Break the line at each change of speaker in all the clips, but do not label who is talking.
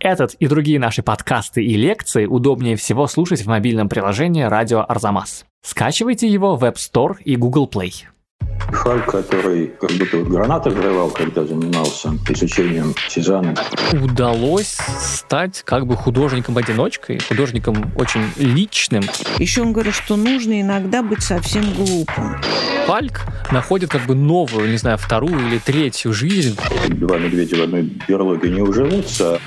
Этот и другие наши подкасты и лекции удобнее всего слушать в мобильном приложении «Радио Арзамас». Скачивайте его в App Store и Google Play.
Фальк, который как будто гранаты взрывал, когда занимался изучением Сезанна.
Удалось стать как бы художником-одиночкой, художником очень личным.
Еще он говорит, что нужно иногда быть совсем глупым.
Фальк находит как бы новую, не знаю, вторую или третью жизнь.
Два медведя в одной берлоге не уживутся.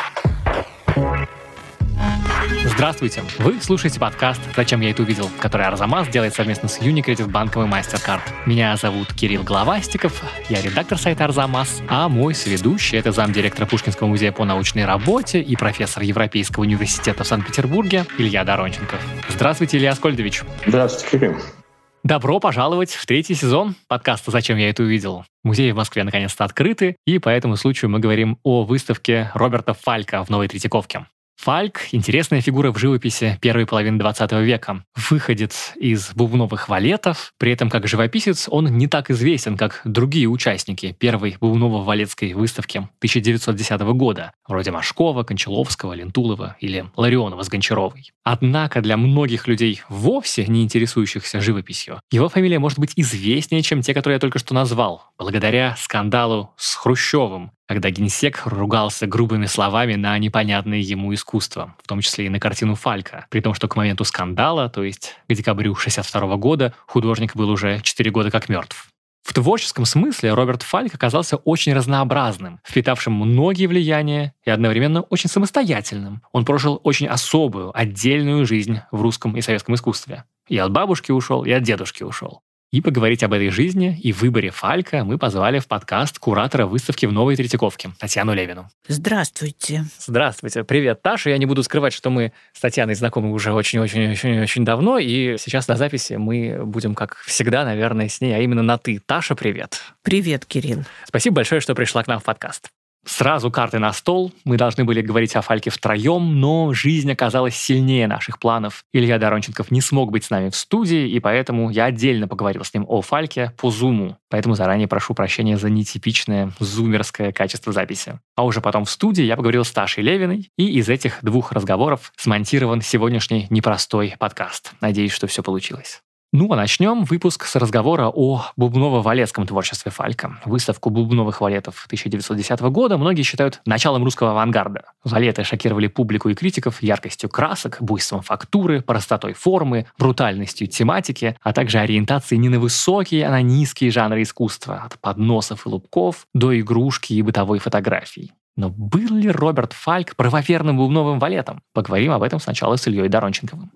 Здравствуйте! Вы слушаете подкаст «Зачем я это увидел?», который Арзамас делает совместно с Unicredit Банком и MasterCard. Меня зовут Кирилл Главастиков, я редактор сайта Арзамас, а мой соведущий — это замдиректора Пушкинского музея по научной работе и профессор Европейского университета в Санкт-Петербурге Илья Доронченков. Здравствуйте, Илья Аскольдович!
Здравствуйте, Кирилл!
Добро пожаловать в третий сезон подкаста «Зачем я это увидел?». Музеи в Москве наконец-то открыты, и по этому случаю мы говорим о выставке Роберта Фалька в Новой Третьяковке. Фальк – интересная фигура в живописи первой половины 20 века. Выходец из бубновых валетов, при этом как живописец он не так известен, как другие участники первой бубново-валетской выставки 1910 года, вроде Машкова, Кончаловского, Лентулова или Ларионова с Гончаровой. Однако для многих людей, вовсе не интересующихся живописью, его фамилия может быть известнее, чем те, которые я только что назвал, благодаря скандалу с Хрущевым, когда генсек ругался грубыми словами на непонятное ему искусство, в том числе и на картину Фалька, при том, что к моменту скандала, то есть к декабрю 1962 года, художник был уже 4 года как мертв. В творческом смысле Роберт Фальк оказался очень разнообразным, впитавшим многие влияния и одновременно очень самостоятельным. Он прожил очень особую, отдельную жизнь в русском и советском искусстве. И от бабушки ушел, и от дедушки ушел. И поговорить об этой жизни и выборе Фалька мы позвали в подкаст куратора выставки в Новой Третьяковке Татьяну Левину.
Здравствуйте.
Здравствуйте. Привет, Таша. Я не буду скрывать, что мы с Татьяной знакомы уже очень-очень-очень давно, и сейчас на записи мы будем, как всегда, наверное, с ней, а именно на «ты». Таша, привет.
Привет, Кирилл.
Спасибо большое, что пришла к нам в подкаст. Сразу карты на стол. Мы должны были говорить о Фальке втроем, но жизнь оказалась сильнее наших планов. Илья Доронченков не смог быть с нами в студии, и поэтому я отдельно поговорил с ним о Фальке по Зуму. Поэтому заранее прошу прощения за нетипичное зумерское качество записи. А уже потом в студии я поговорил с Ташей Левиной, и из этих двух разговоров смонтирован сегодняшний непростой подкаст. Надеюсь, что все получилось. Ну, а начнем выпуск с разговора о бубново-валетском творчестве Фалька. Выставку бубновых валетов 1910 года многие считают началом русского авангарда. Валеты шокировали публику и критиков яркостью красок, буйством фактуры, простотой формы, брутальностью тематики, а также ориентацией не на высокие, а на низкие жанры искусства, от подносов и лубков до игрушки и бытовой фотографии. Но был ли Роберт Фальк правоверным бубновым валетом? Поговорим об этом сначала с Ильей Доронченковым.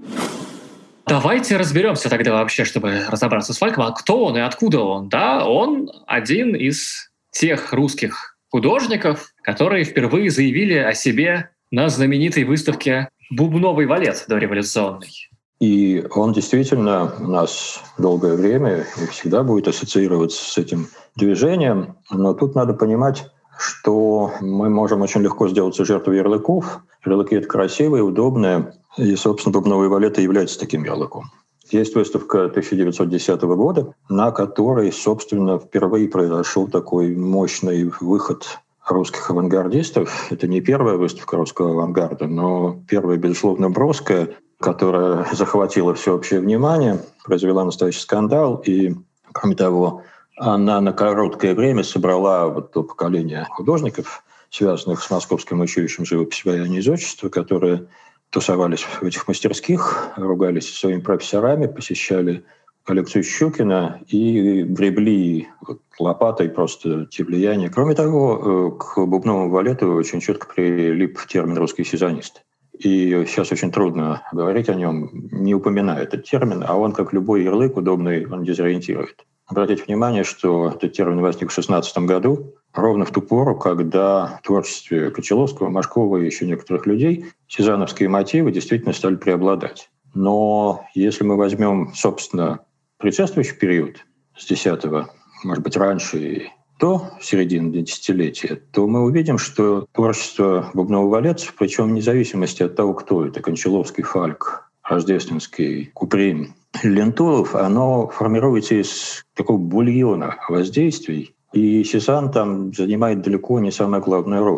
Давайте разберемся тогда вообще, чтобы разобраться с Фальком. А кто он и откуда он? Да, он один из тех русских художников, которые впервые заявили о себе на знаменитой выставке «Бубновый валет» дореволюционный.
И он действительно у нас долгое время и всегда будет ассоциироваться с этим движением. Но тут надо понимать, что мы можем очень легко сделаться жертвой ярлыков. Ярлыки — это красивые, удобные. И, собственно, бубновый валет и является таким ярлыком. Есть выставка 1910 года, на которой, собственно, впервые произошел такой мощный выход русских авангардистов. Это не первая выставка русского авангарда, но первая, безусловно, броская, которая захватила всеобщее внимание, произвела настоящий скандал. И, кроме того, она на короткое время собрала вот то поколение художников, связанных с Московским училищем живописи, вояния и зодчества, которые тусовались в этих мастерских, ругались со своими профессорами, посещали коллекцию Щукина и гребли лопатой просто те влияния. Кроме того, к бубновому валету очень четко прилип термин «русский сезонист». И сейчас очень трудно говорить о нем, не упоминая этот термин, а он, как любой ярлык удобный, он дезориентирует. Обратите внимание, что этот термин возник в 1916 году, ровно в ту пору, когда в творчестве Кончаловского, Машкова и еще некоторых людей сезановские мотивы действительно стали преобладать. Но если мы возьмем, собственно, предшествующий период с 10-го, может быть, раньше и до середины десятилетия, то мы увидим, что творчество бубново-валетцев, причем вне зависимости от того, кто это, Кончаловский, Фальк, Рождественский, Куприн, Лентулов, оно формируется из такого бульона воздействий, и Сезанн там занимает далеко не самую главную роль.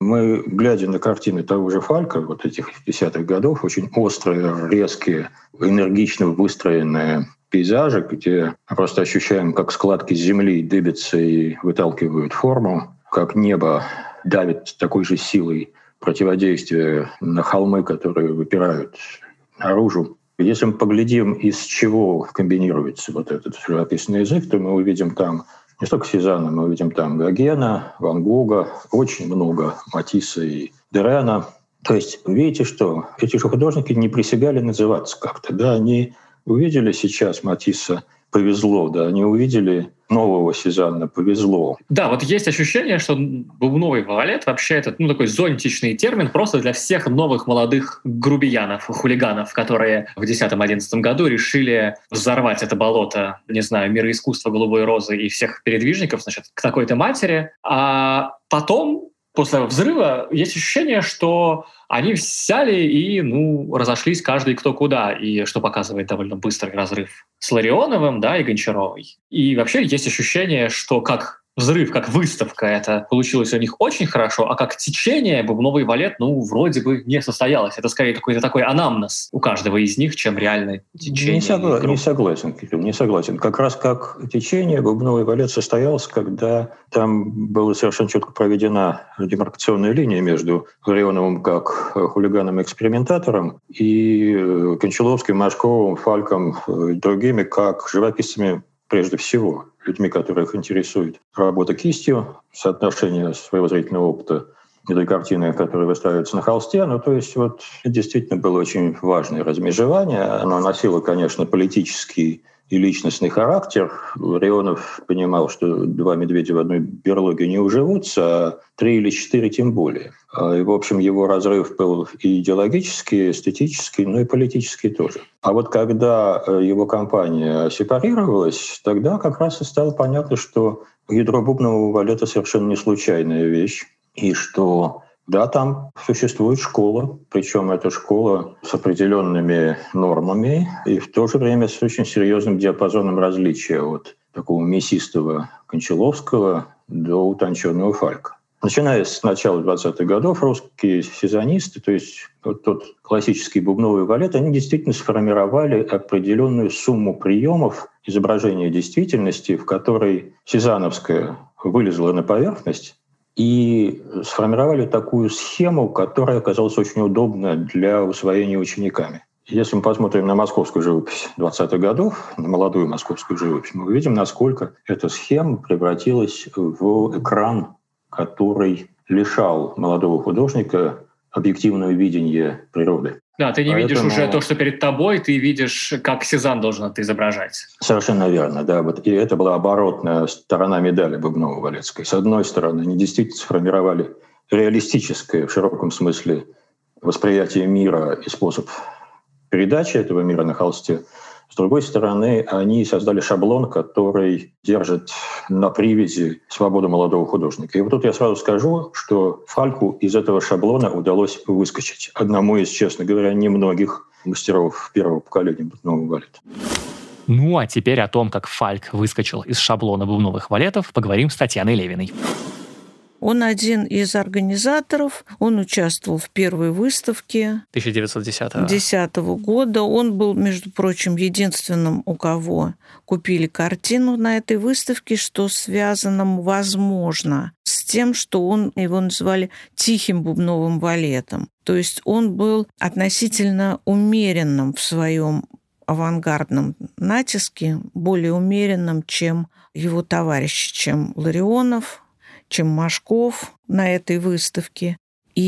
Мы, глядя на картины того же Фалька, вот этих 50-х годов, очень острые, резкие, энергично выстроенные пейзажи, где просто ощущаем, как складки земли дыбятся и выталкивают форму, как небо давит такой же силой противодействия на холмы, которые выпирают наружу. Если мы поглядим, из чего комбинируется вот этот живописный язык, то мы увидим там не столько Сезанна, мы увидим там Гогена, Ван Гога, очень много Матисса и Дерена. То есть видите, что эти же художники не присягали называться как-то. Да, они увидели сейчас Матисса, повезло, да, они увидели нового Сезанна, повезло.
Да, вот есть ощущение, что бубновый валет вообще это такой зонтичный термин просто для всех новых молодых грубиянов, хулиганов, которые в 2010-2011 году решили взорвать это болото, не знаю, мира искусства, голубой розы и всех передвижников, значит, к такой-то матери. А потом, после взрыва, есть ощущение, что они взяли и разошлись каждый кто куда, и что показывает довольно быстрый разрыв с Ларионовым, да, и Гончаровой. И вообще есть ощущение, что как взрыв, как выставка, это получилось у них очень хорошо, а как течение бубновый валет, вроде бы не состоялось. Это скорее какой-то такой анамнез у каждого из них, чем реальное течение.
Не согласен, Кирилл, не согласен. Как раз как течение бубновый валет состоялся, когда там была совершенно четко проведена демаркационная линия между Ларионовым как хулиганом-экспериментатором и Кончаловским, Машковым, Фальком и другими как живописцами прежде всего, людьми, которых интересует работа кистью, соотношение своего зрительного опыта этой картины, которая выстраивается на холсте. То есть вот действительно было очень важное размежевание. Оно носило, конечно, политический и личностный характер. Ларионов понимал, что 2 медведя в одной берлоге не уживутся, а 3 или 4 тем более. И, в общем, его разрыв был и идеологический, и эстетический, но и политический тоже. А вот когда его компания сепарировалась, тогда как раз и стало понятно, что ядро бубнового валета совершенно не случайная вещь, и что да, там существует школа, причем эта школа с определенными нормами и в то же время с очень серьезным диапазоном различия от такого мясистого Кончаловского до утонченного Фалька. Начиная с начала 20-х годов русские сезонисты, то есть вот тот классический бубновый валет, они действительно сформировали определенную сумму приемов изображения действительности, в которой сезановская вылезла на поверхность, и сформировали такую схему, которая оказалась очень удобна для усвоения учениками. Если мы посмотрим на московскую живопись 20-х годов, на молодую московскую живопись, мы увидим, насколько эта схема превратилась в экран, который лишал молодого художника объективного видения природы.
Да, ты не видишь уже то, что перед тобой, ты видишь, как Сезанн должен это изображать.
Совершенно верно, да. И это была оборотная сторона медали Бубново-Валетской. С одной стороны, они действительно сформировали реалистическое, в широком смысле, восприятие мира и способ передачи этого мира на холсте. С другой стороны, они создали шаблон, который держит на привязи свободу молодого художника. И вот тут я сразу скажу, что Фальку из этого шаблона удалось выскочить. Одному из, честно говоря, немногих мастеров первого поколения бубнового валета.
А теперь о том, как Фальк выскочил из шаблона бубновых валетов, поговорим с Татьяной Левиной.
Он один из организаторов, он участвовал в первой выставке 1910 года. Он был, между прочим, единственным, у кого купили картину на этой выставке, что связано, возможно, с тем, что его называли «тихим бубновым валетом». То есть он был относительно умеренным в своем авангардном натиске, более умеренным, чем его товарищи, чем Ларионов, чем Машков на этой выставке.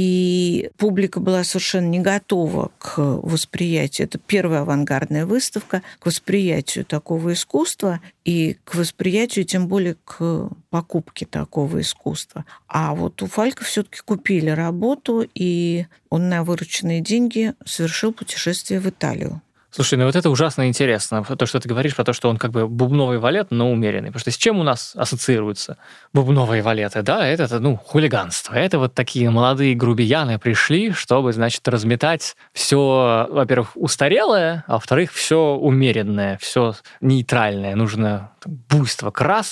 И публика была совершенно не готова к восприятию. Это первая авангардная выставка, к восприятию такого искусства и к восприятию, тем более, к покупке такого искусства. А вот у Фалька все-таки купили работу, и он на вырученные деньги совершил путешествие в Италию.
Слушай, вот это ужасно интересно, то, что ты говоришь про то, что он как бы бубновый валет, но умеренный. Потому что с чем у нас ассоциируются бубновые валеты? Да, это хулиганство. Это вот такие молодые грубияны пришли, чтобы, значит, разметать все, во-первых, устарелое, а во-вторых, все умеренное, все нейтральное. Нужно буйство красок,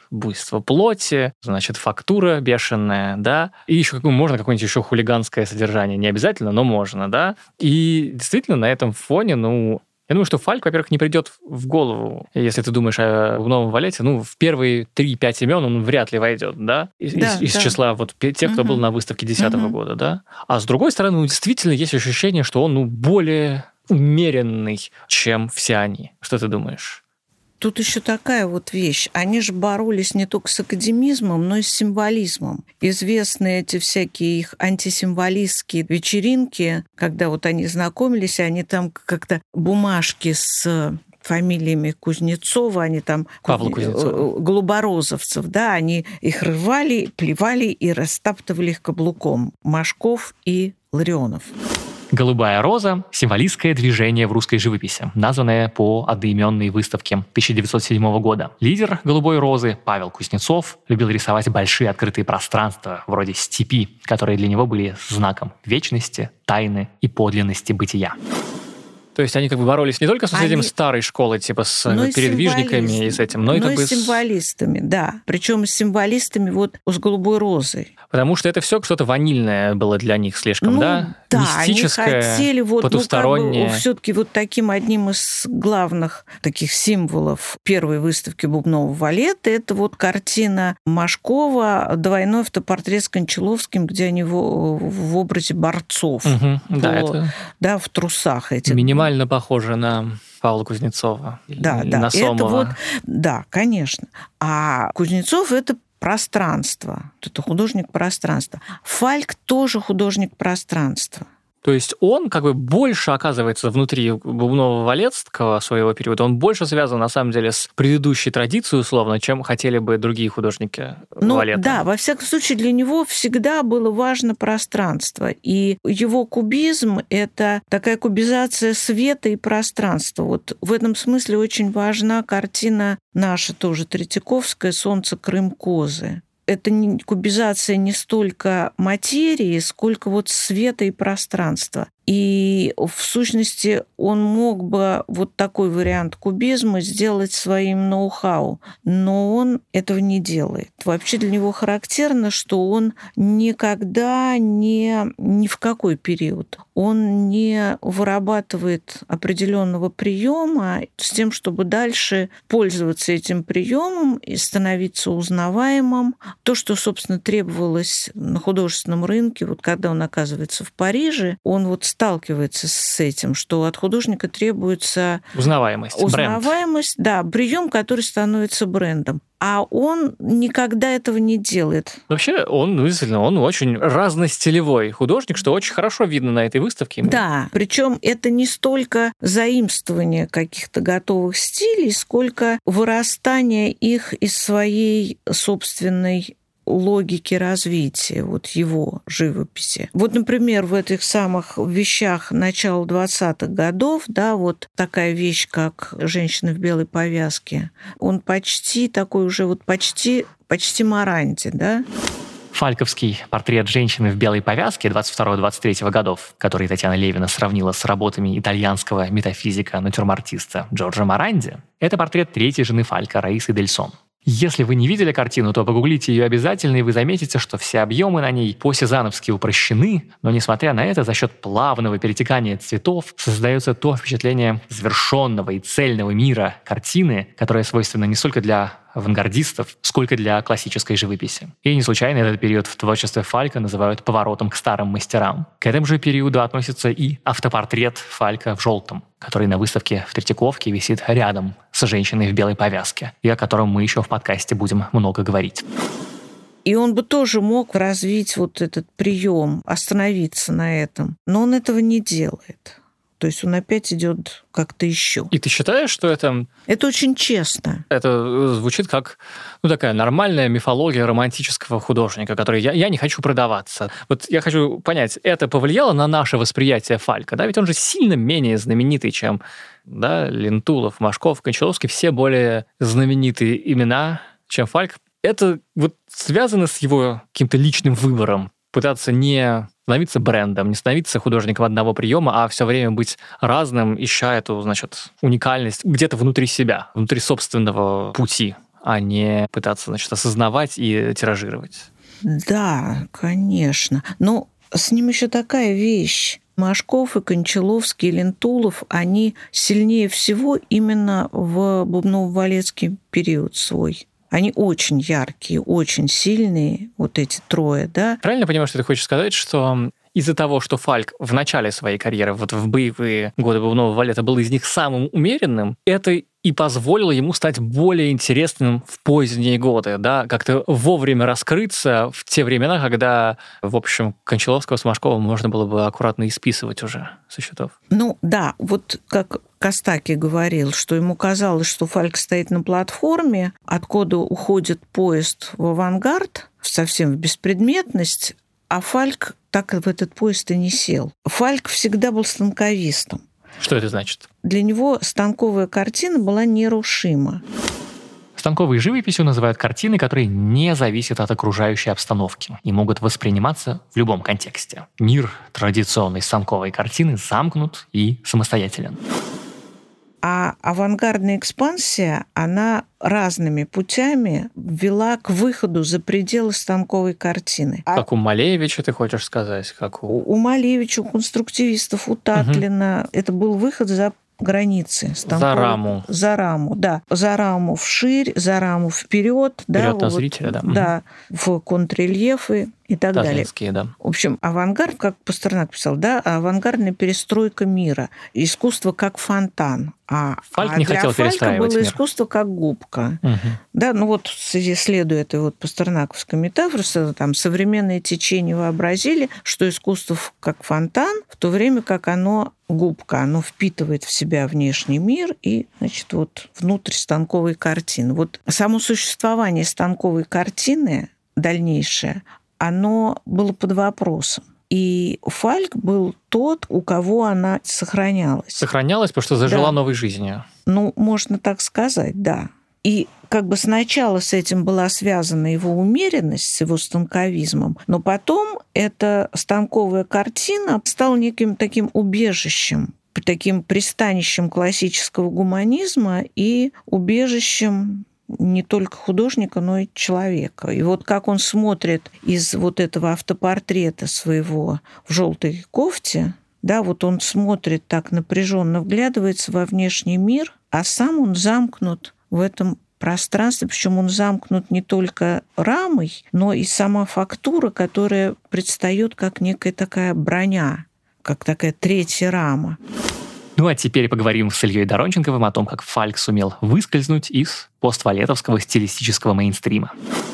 буйство плоти, значит, фактура бешеная, да, и еще можно какое-нибудь еще хулиганское содержание, не обязательно, но можно, да, и действительно на этом фоне, я думаю, что Фальк, во-первых, не придет в голову, если ты думаешь о бубновом валете, в первые 3-5 имен он вряд ли войдет, да, из числа вот тех, кто был на выставке 2010 года, да. А с другой стороны, действительно есть ощущение, что он, более умеренный, чем все они. Что ты думаешь?
Тут еще такая вот вещь. Они же боролись не только с академизмом, но и с символизмом. Известны эти всякие их антисимволистские вечеринки, когда вот они знакомились, они там как-то бумажки с фамилиями Кузнецова, они там...
Павла Кузнецова.
Голуборозовцев, да, они их рвали, плевали и растаптывали их каблуком. Машков и Ларионов.
«Голубая роза» – символистское движение в русской живописи, названное по одноименной выставке 1907 года. Лидер «Голубой розы» Павел Кузнецов любил рисовать большие открытые пространства, вроде степи, которые для него были знаком вечности, тайны и подлинности бытия. То есть они боролись не только с этим старой школой, с передвижниками и с этим, но и
с символистами, да. Причем с символистами с «Голубой розой».
Потому что это все что-то ванильное было для них слишком, да? Мистическое,
они хотели
потустороннее.
Все-таки таким одним из главных таких символов первой выставки бубнового валета это картина Машкова «Двойной автопортрет с Кончаловским», где они в образе борцов. В трусах этих.
Минимально похоже на Павла Кузнецова. На Сомова.
Да, конечно. А Кузнецов – это пространство. Это художник пространства. Фальк тоже художник пространства.
То есть он больше оказывается внутри бубнового валетского своего периода, он больше связан, на самом деле, с предыдущей традицией, условно, чем хотели бы другие художники валета.
Да, во всяком случае, для него всегда было важно пространство. И его кубизм – это такая кубизация света и пространства. В этом смысле очень важна картина наша тоже Третьяковская «Солнце, Крым, Козы». Это кубизация не столько материи, сколько света и пространства. И в сущности он мог бы такой вариант кубизма сделать своим ноу-хау, но он этого не делает. Вообще для него характерно, что он никогда ни в какой период он не вырабатывает определенного приема с тем, чтобы дальше пользоваться этим приемом и становиться узнаваемым. То, что, собственно, требовалось на художественном рынке, когда он оказывается в Париже, он сталкивается с этим, что от художника требуется
узнаваемость,
бренд. Прием, который становится брендом. А он никогда этого не делает.
Вообще, он очень разностилевой художник, что очень хорошо видно на этой выставке.
Да, причем это не столько заимствование каких-то готовых стилей, сколько вырастание их из своей собственной логики развития его живописи. Например, в этих самых вещах начала 20-х годов, такая вещь, как «Женщина в белой повязке», он почти такой уже почти Моранди, да?
Фальковский портрет женщины в белой повязке 22-23 годов, который Татьяна Левина сравнила с работами итальянского метафизика-натюрмортиста Джорджо Моранди, это портрет третьей жены Фалька, Раисы Дельсон. Если вы не видели картину, то погуглите ее обязательно, и вы заметите, что все объемы на ней по-сезановски упрощены, но, несмотря на это, за счет плавного перетекания цветов создается то впечатление завершенного и цельного мира картины, которое свойственно не столько для авангардистов, сколько для классической живописи. И не случайно этот период в творчестве Фалька называют поворотом к старым мастерам. К этому же периоду относится и автопортрет Фалька в желтом, который на выставке в Третьяковке висит рядом с женщиной в белой повязке, и о котором мы еще в подкасте будем много говорить.
И он бы тоже мог развить этот прием, остановиться на этом, но он этого не делает. То есть он опять идет как-то еще.
И ты считаешь, что это...
Это очень честно.
Это звучит как такая нормальная мифология романтического художника, который я не хочу продаваться. Я хочу понять, это повлияло на наше восприятие Фалька? Да? Ведь он же сильно менее знаменитый, чем Лентулов, Машков, Кончаловский. Все более знаменитые имена, чем Фальк. Это связано с его каким-то личным выбором. Пытаться не становиться брендом, не становиться художником одного приема, а все время быть разным, ища эту, уникальность где-то внутри себя, внутри собственного пути а не пытаться, осознавать и тиражировать.
Да, конечно. Но с ним еще такая вещь. Машков и Кончаловский, и Лентулов, они сильнее всего именно в бубново-балетский период свой. Они очень яркие, очень сильные, вот эти трое, да.
Правильно я понимаю, что ты хочешь сказать, что из-за того, что Фальк в начале своей карьеры, вот в боевые годы бубнового балета, был из них самым умеренным, это и позволило ему стать более интересным в поздние годы, да, как-то вовремя раскрыться в те времена, когда, в общем, Кончаловского с Машковым можно было бы аккуратно исписывать уже со счетов.
Ну да, вот как Костаки говорил, что ему казалось, что Фальк стоит на платформе, откуда уходит поезд в авангард, совсем в беспредметность, а Фальк так в этот поезд и не сел. Фальк всегда был станковистом.
Что это значит?
Для него станковая картина была нерушима.
Станковой живописью называют картины, которые не зависят от окружающей обстановки и могут восприниматься в любом контексте. Мир традиционной станковой картины замкнут и самостоятелен.
А авангардная экспансия, она разными путями вела к выходу за пределы станковой картины.
Как у Малевича, ты хочешь сказать? Как
у Малевича, у конструктивистов, у Татлина. Это был выход за границы станковой.
За раму.
За раму, да. За раму вширь, за раму вперед.
Вперед на зрителя, да.
Да, в контррельефы и так далее.
Да.
В общем, авангард, как Пастернак писал, да, авангардная перестройка мира. Искусство как фонтан.
Фальк не хотел перестраивать
было
мир.
Искусство как губка. Да, ну вот, следуя этой вот пастернаковской метафоре, там современные течения вообразили, что искусство как фонтан, в то время как оно губка, оно впитывает в себя внешний мир и, значит, вот внутрь станковой картины. Вот само существование станковой картины дальнейшее, оно было под вопросом. И Фальк был тот, у кого она сохранялась.
Сохранялась, потому что зажила новой жизнью.
Ну, можно так сказать, да. И как бы сначала с этим была связана его умеренность, с его станковизмом, но потом эта станковая картина стала неким таким убежищем, таким пристанищем классического гуманизма и убежищем не только художника, но и человека. И вот как он смотрит из вот этого автопортрета своего в желтой кофте, да, вот он смотрит так напряженно, вглядывается во внешний мир, а сам он замкнут в этом пространстве, причем он замкнут не только рамой, но и сама фактура, которая предстает как некая такая броня, как такая третья рама.
Ну а теперь поговорим с Ильей Доронченковым о том, как Фальк сумел выскользнуть из поствалетовского стилистического мейнстрима.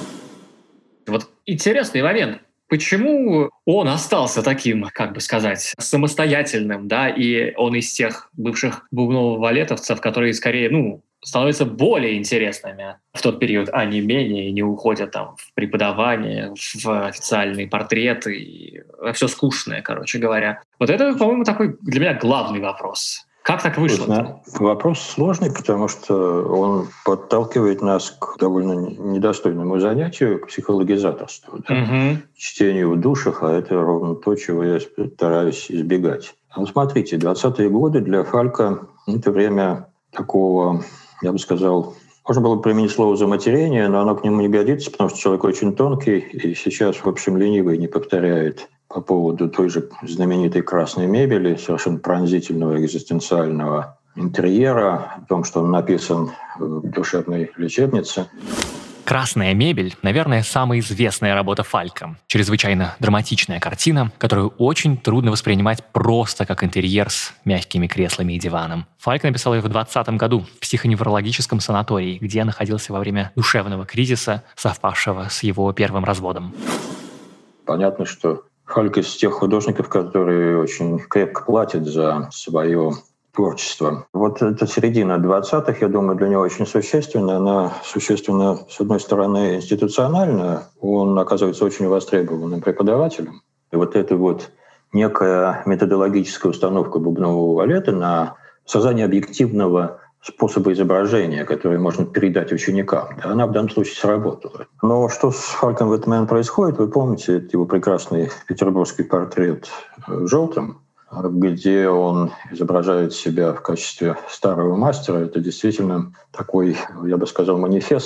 Вот интересный момент. Почему он остался таким, как бы сказать, самостоятельным, да, и он из тех бывших бубново-балетовцев, которые скорее, становятся более интересными в тот период, а не менее, и не уходят там в преподавание, в официальные портреты и все скучное, короче говоря. Вот это, по-моему, такой для меня главный вопрос. Как так вышло?
Вопрос сложный, потому что он подталкивает нас к довольно недостойному занятию, к психологизаторству, да? Чтению в душах, а это ровно то, чего я стараюсь избегать. Вот смотрите, 20-е годы для Фалька — это время такого, я бы сказал, можно было бы применить слово «заматерение», но оно к нему не годится, потому что человек очень тонкий и сейчас, в общем, ленивый, не повторяет по поводу той же знаменитой красной мебели, совершенно пронзительного экзистенциального интерьера, о том, что он написан в душевной лечебнице.
«Красная мебель», наверное, самая известная работа Фалька. Чрезвычайно драматичная картина, которую очень трудно воспринимать просто как интерьер с мягкими креслами и диваном. Фальк написал ее в 2020 году в психоневрологическом санатории, где находился во время душевного кризиса, совпавшего с его первым разводом.
Понятно, что Фальк из тех художников, которые очень крепко платят за свое творчество. Вот эта середина 20-х, я думаю, для него очень существенна. Она существенна, с одной стороны, институционально. Он оказывается очень востребованным преподавателем. И вот эта вот некая методологическая установка бубнового балета на создание объективного способа изображения, который можно передать ученикам, да, она в данном случае сработала. Но что с Фальком в этот момент происходит, вы помните, это его прекрасный петербургский портрет в желтом, где он изображает себя в качестве старого мастера. Это действительно такой, я бы сказал, манифест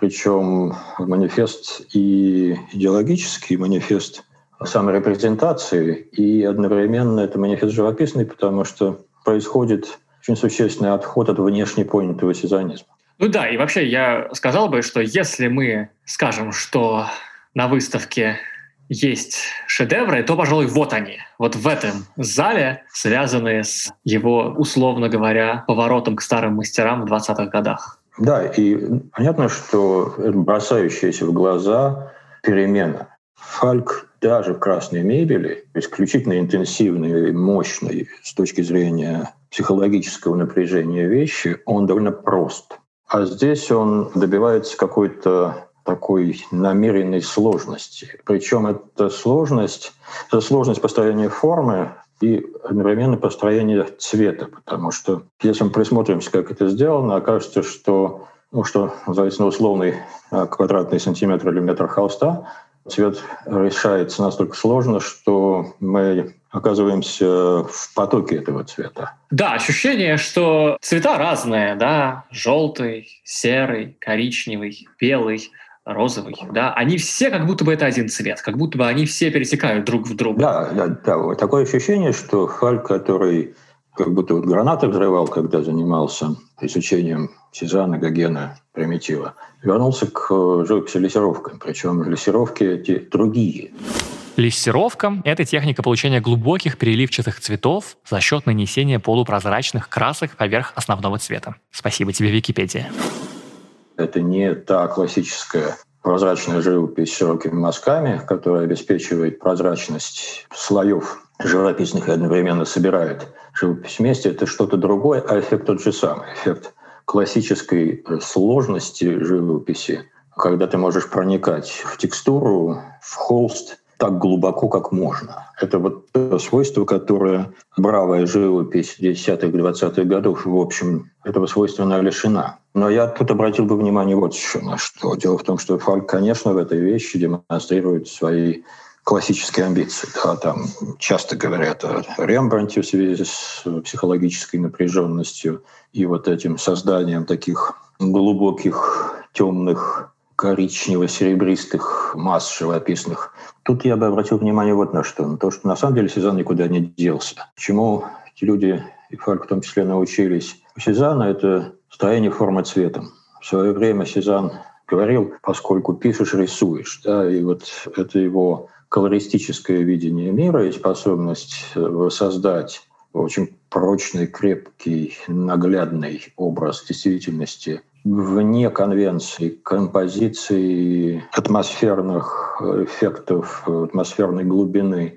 причем манифест и идеологический, манифест саморепрезентации, и одновременно это манифест живописный, потому что происходит очень существенный отход от внешне понятого сезонизма.
Ну да, и вообще я сказал бы, что если мы скажем, что на выставке есть шедевры, то, пожалуй, вот они. Вот в этом зале, связанные с его, условно говоря, поворотом к старым мастерам в 20-х годах.
Да, и понятно, что это бросающаяся в глаза перемена. Фальк даже в красной мебели, исключительно интенсивной и мощной с точки зрения психологического напряжения вещи, он довольно прост. А здесь он добивается какой-то такой намеренной сложности. Причем это сложность построения формы и одновременно построения цвета. Потому что если мы присмотримся, как это сделано, окажется, что называется, условный квадратный сантиметр или метр холста, цвет решается настолько сложно, что мы оказываемся в потоке этого цвета.
Да, ощущение, что цвета разные, да, желтый, серый, коричневый, белый, розовый, да, они все как будто бы это один цвет, как будто бы они все пересекают друг в друга.
Да, вот такое ощущение, что Фальк, который как будто гранаты взрывал, когда занимался изучением Сезанна, Гогена, Примитива, вернулся к живописи лессировкам, причем лессировки эти другие.
Лессировка — это техника получения глубоких переливчатых цветов за счет нанесения полупрозрачных красок поверх основного цвета. Спасибо тебе, Википедия.
Это не та классическая прозрачная живопись с широкими мазками, которая обеспечивает прозрачность слоев живописных и одновременно собирает живопись вместе. Это что-то другое, а эффект тот же самый. Эффект классической сложности живописи, когда ты можешь проникать в текстуру, в холст так глубоко, как можно. Это вот то свойство, которое бравая живопись 10-х, 20-х годов, в общем, этого свойства она лишена. Но я тут обратил бы внимание вот еще на что. Дело в том, что Фальк, конечно, в этой вещи демонстрирует свои классические амбиции. Да, там часто говорят о Рембрандте в связи с психологической напряженностью и вот этим созданием таких глубоких, темных, коричнево-серебристых масс живописных. Тут я бы обратил внимание вот на что. На то, что на самом деле Сезанн никуда не делся. Чему эти люди, и Фальк в том числе, научились у Сезанна, это строение формы цветом. В свое время Сезанн говорил, поскольку пишешь, рисуешь. Да, и вот это его колористическое видение мира и способность воссоздать очень прочный, крепкий, наглядный образ действительности вне конвенций, композиций, атмосферных эффектов, атмосферной глубины,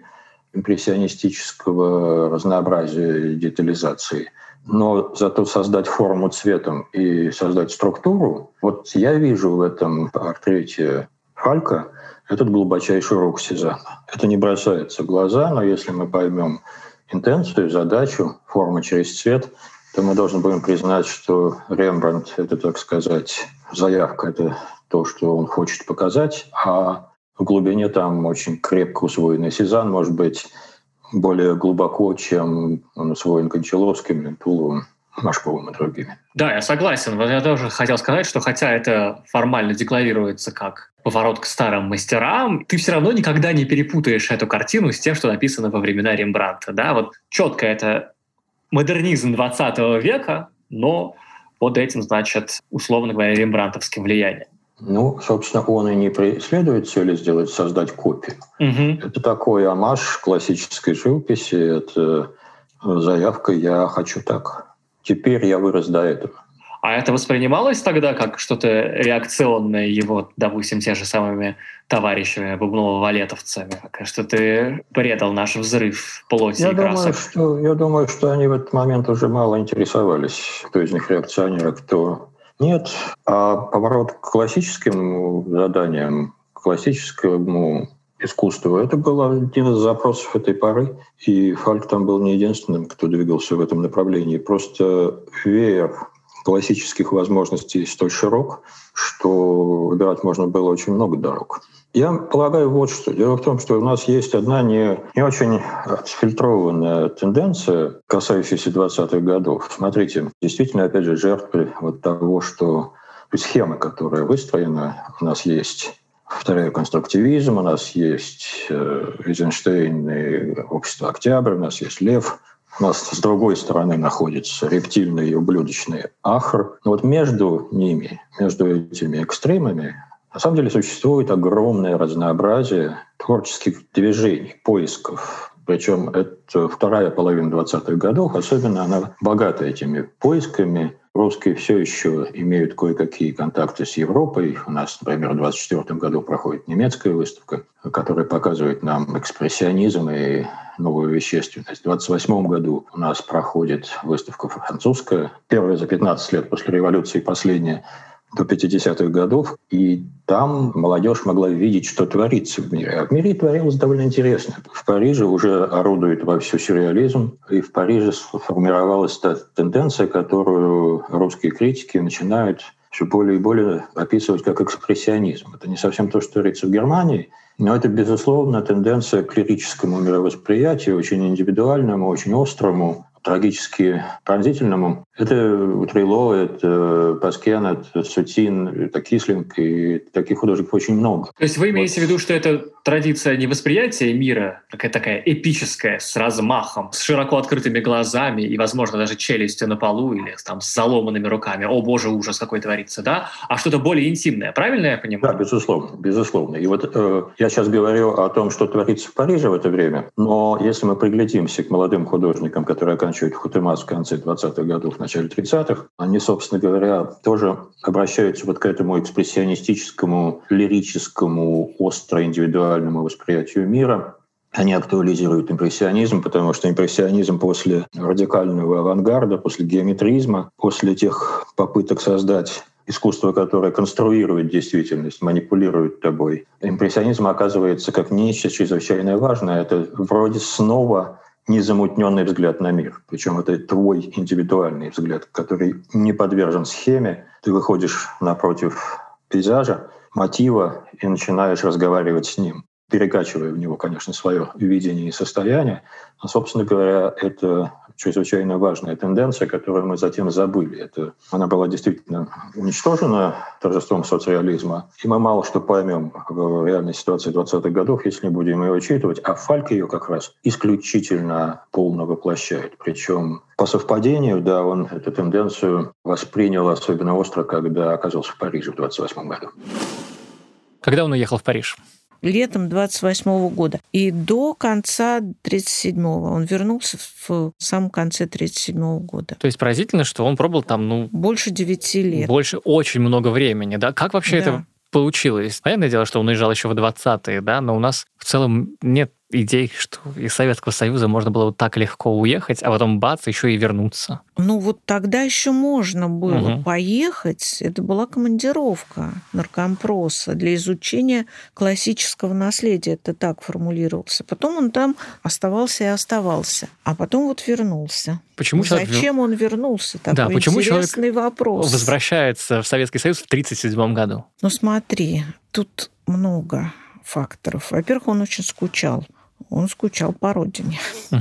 импрессионистического разнообразия детализации. Но зато создать форму цветом и создать структуру, вот я вижу в этом портрете Фалька этот глубочайший рук Сезанна. Это не бросается в глаза, но если мы поймем интенцию, задачу, форму через цвет, то мы должны будем признать, что Рембрандт — это, так сказать, заявка, это то, что он хочет показать, а в глубине там очень крепко усвоенный Сезанн, может быть, более глубоко, чем он усвоен Кончаловским, Туловым, Машковым и другими.
Да, я согласен. Вот я тоже хотел сказать, что хотя это формально декларируется как поворот к старым мастерам, ты все равно никогда не перепутаешь эту картину с тем, что написано во времена Рембрандта. Да? Вот четко это модернизм 20 века, но под этим, значит, условно говоря, рембрандтовским влиянием.
Ну, собственно, он и не преследует цели создать копию.
Угу.
Это такой омаж классической живописи, это заявка «я хочу так». Теперь я вырос до этого.
А это воспринималось тогда как что-то реакционное его, допустим, те же самыми товарищами бубново-валетовцами? Что ты предал наш взрыв плоти и красок?
Я думаю, что они в этот момент уже мало интересовались, кто из них реакционер, а кто нет. А поворот к классическим заданиям, к классическому искусству, это был один из запросов этой поры. И Фальк там был не единственным, кто двигался в этом направлении. Просто веер классических возможностей столь широк, что выбирать можно было очень много дорог. Я полагаю вот что. Дело в том, что у нас есть одна не очень отфильтрованная тенденция, касающаяся 20-х годов. Смотрите, действительно, опять же, жертвы вот того, что схемы, которая выстроена. У нас есть, повторяю, конструктивизм, у нас есть Эйзенштейн и общество «Октябрь», у нас есть Лев. У нас с другой стороны находится рептильный и ублюдочный Ахр. Но вот между ними, между этими экстремами, на самом деле существует огромное разнообразие творческих движений, поисков. Причем это вторая половина 20-х годов, особенно она богата этими поисками. Русские все еще имеют кое-какие контакты с Европой. У нас, например, в 1924 году проходит немецкая выставка, которая показывает нам экспрессионизм и новую вещественность. В 1928 году у нас проходит выставка французская, первая за 15 лет после революции, последняя до 50-х годов, и там молодежь могла видеть, что творится в мире. А в мире творилось довольно интересно. В Париже уже орудует вовсю сюрреализм, и в Париже сформировалась та тенденция, которую русские критики начинают все более и более описывать как экспрессионизм. Это не совсем то, что творится в Германии, но это, безусловно, тенденция к лирическому мировосприятию, очень индивидуальному, очень острому, трагически пронзительному. Это Трило, это Паскен, это Сутин, это Кислинг, и таких художников очень много.
То есть вы имеете в виду, что это традиция не восприятия мира, какая такая эпическая, с размахом, с широко открытыми глазами и, возможно, даже челюстью на полу или там с заломанными руками. О, боже, ужас какой творится, да? А что-то более интимное, правильно я понимаю?
Да, безусловно, безусловно. И вот я сейчас говорю о том, что творится в Париже в это время, но если мы приглядимся к молодым художникам, которые оканчивают Хутемас в конце 20-х годов, в начале 30-х, они, собственно говоря, тоже обращаются вот к этому экспрессионистическому, лирическому, остро индивидуальному восприятию мира. Они актуализируют импрессионизм, потому что импрессионизм после радикального авангарда, после геометризма, после тех попыток создать искусство, которое конструирует действительность, манипулирует тобой. Импрессионизм оказывается как нечто чрезвычайно важное. Это вроде снова незамутненный взгляд на мир. Причем это твой индивидуальный взгляд, который не подвержен схеме. Ты выходишь напротив пейзажа, мотива и начинаешь разговаривать с ним, перекачивая в него, конечно, свое видение и состояние. Но, собственно говоря, это чрезвычайно важная тенденция, которую мы затем забыли. Она была действительно уничтожена торжеством соцреализма, и мы мало что поймем в реальной ситуации 20-х годов, если не будем ее учитывать. А Фальк ее как раз исключительно полно воплощает. Причем по совпадению, да, он эту тенденцию воспринял особенно остро, когда оказался в Париже в 1928 году.
Когда он уехал в Париж?
Летом 28 года. И до конца 37-го. Он вернулся в самом конце 37-го года.
То есть поразительно, что он пробыл там,
больше 9 лет.
Больше очень много времени, да? Как вообще это получилось? Понятное дело, что он уезжал еще в 20-е, да, но у нас в целом нет идей, что из Советского Союза можно было вот так легко уехать, а потом бац, еще и вернуться.
Вот тогда еще можно было поехать. Это была командировка наркомпроса для изучения классического наследия. Это так формулировался. Потом он там оставался и оставался. А потом вот вернулся. Зачем он вернулся? Такой интересный вопрос.
Возвращается в Советский Союз в 1937 году.
Смотри, тут много факторов. Во-первых, он очень скучал. Он скучал по родине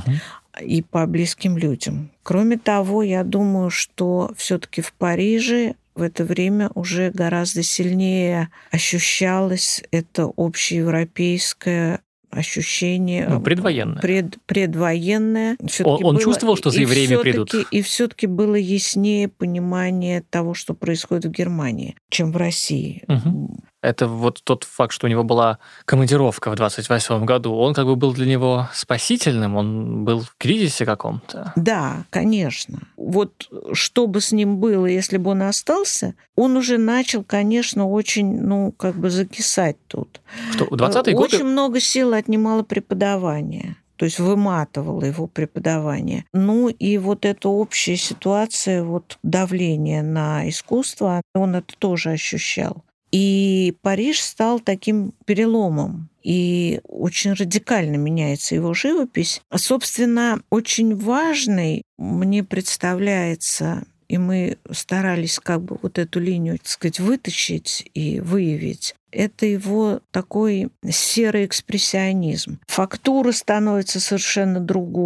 и по близким людям. Кроме того, я думаю, что все-таки в Париже в это время уже гораздо сильнее ощущалось это общеевропейское ощущение.
Предвоенное.
Предвоенное.
Он чувствовал, что за евреями придут.
И все-таки было яснее понимание того, что происходит в Германии, чем в России.
Это вот тот факт, что у него была командировка в 28 году, он как бы был для него спасительным, он был в кризисе каком-то.
Да, конечно. Вот что бы с ним было, если бы он остался, он уже начал, конечно, очень, закисать тут.
Что, 20-е годы?
Очень много сил отнимало преподавание. То есть выматывало его преподавание. И вот эта общая ситуация, давление на искусство, он это тоже ощущал. И Париж стал таким переломом, и очень радикально меняется его живопись. Собственно, очень важной мне представляется, и мы старались эту линию, вытащить и выявить, это его такой серый экспрессионизм. Фактура становится совершенно другой.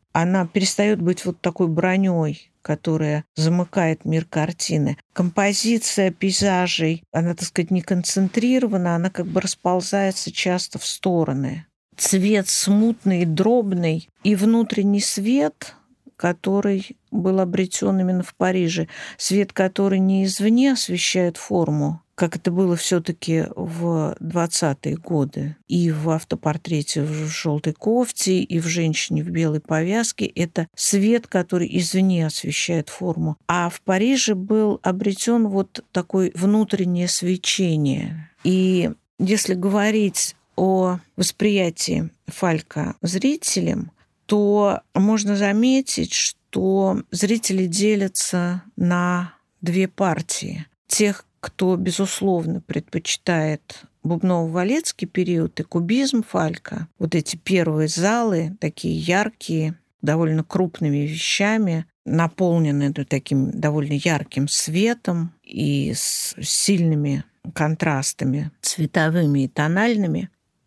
она перестает быть вот такой броней, которая замыкает мир картины. Композиция пейзажей, она, так сказать, не концентрирована, она как бы расползается часто в стороны. Цвет смутный, дробный, и внутренний свет, который был обретен именно в Париже, свет, который не извне освещает форму, как это было все-таки в 20-е годы, и в автопортрете в желтой кофте, и в женщине в белой повязке, это свет, который извне освещает форму. А в Париже был обретен вот такое внутреннее свечение. И если говорить о восприятии Фалька зрителям, то можно заметить, что зрители делятся на две партии. Тех, кто, безусловно, предпочитает Бубново-Валецкий период и кубизм Фалька, вот эти первые залы, такие яркие, довольно крупными вещами, наполненные таким довольно ярким светом и с сильными контрастами цветовыми и тональными.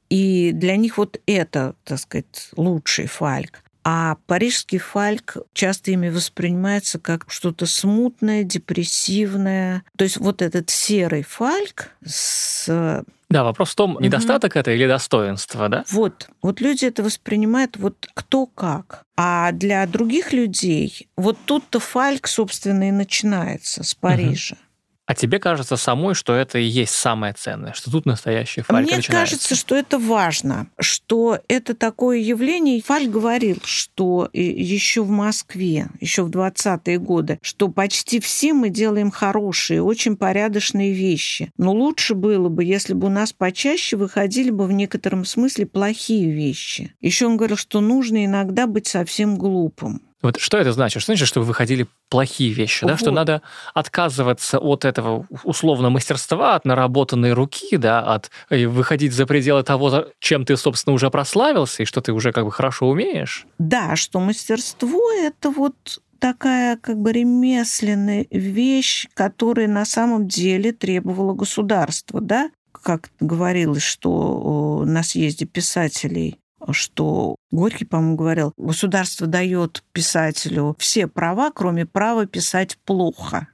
И для них вот это, так сказать, лучший Фальк. А парижский Фальк часто ими воспринимается как что-то смутное, депрессивное. То есть вот этот серый Фальк с...
Да, вопрос в том, недостаток это или достоинство, да?
Вот люди это воспринимают вот кто как. А для других людей вот тут-то Фальк, собственно, и начинается с Парижа.
А тебе кажется самой, что это и есть самое ценное, что тут настоящий Фальк начинается?
Мне кажется, что это важно, что это такое явление. Фальк говорил, что еще в Москве, еще в 20-е годы, что почти все мы делаем хорошие, очень порядочные вещи. Но лучше было бы, если бы у нас почаще выходили бы в некотором смысле плохие вещи. Еще он говорил, что нужно иногда быть совсем глупым.
Вот что это значит? Что значит, чтобы выходили плохие вещи? Да? Что надо отказываться от этого условно мастерства, от наработанной руки, да, от выходить за пределы того, чем ты, собственно, уже прославился и что ты уже как бы хорошо умеешь?
Да, что мастерство – это вот такая как бы ремесленная вещь, которая на самом деле требовала государства, да? Как говорилось, что на съезде писателей, что Горький, по-моему, говорил, государство дает писателю все права, кроме права писать плохо.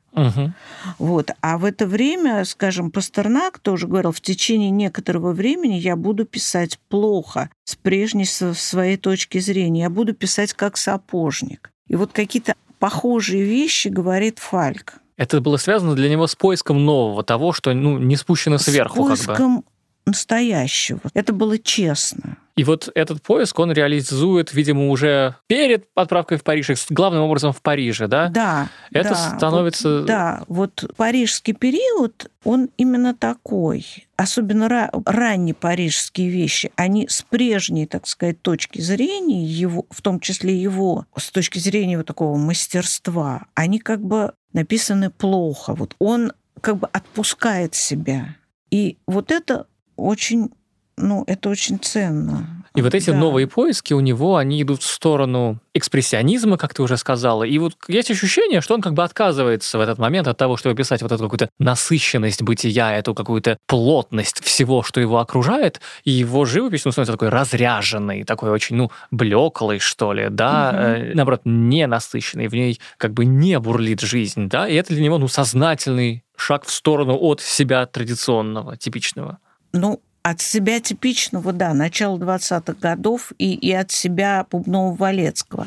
Вот. А в это время, скажем, Пастернак тоже говорил, в течение некоторого времени я буду писать плохо, с прежней своей точки зрения. Я буду писать как сапожник. И вот какие-то похожие вещи говорит Фальк.
Это было связано для него с поиском нового, того, что не спущено сверху.
С поиском настоящего. Это было честно.
И вот этот поиск он реализует, видимо, уже перед отправкой в Париж, главным образом в Париже, да?
Да.
Это становится...
Вот парижский период, он именно такой. Особенно ранние парижские вещи, они с прежней, так сказать, точки зрения, его, в том числе его, с точки зрения вот такого мастерства, они как бы написаны плохо. Вот он как бы отпускает себя. И вот это очень, это очень ценно.
И вот эти новые поиски у него, они идут в сторону экспрессионизма, как ты уже сказала. И вот есть ощущение, что он как бы отказывается в этот момент от того, чтобы писать вот эту какую-то насыщенность бытия, эту какую-то плотность всего, что его окружает. И его живопись становится такой разряженной, такой очень, блеклой, что ли, да, наоборот, не насыщенной, в ней как бы не бурлит жизнь, да, и это для него, сознательный шаг в сторону от себя традиционного, типичного.
От себя типичного, да, начала 20-х годов и от себя Бубнова-Валецкого.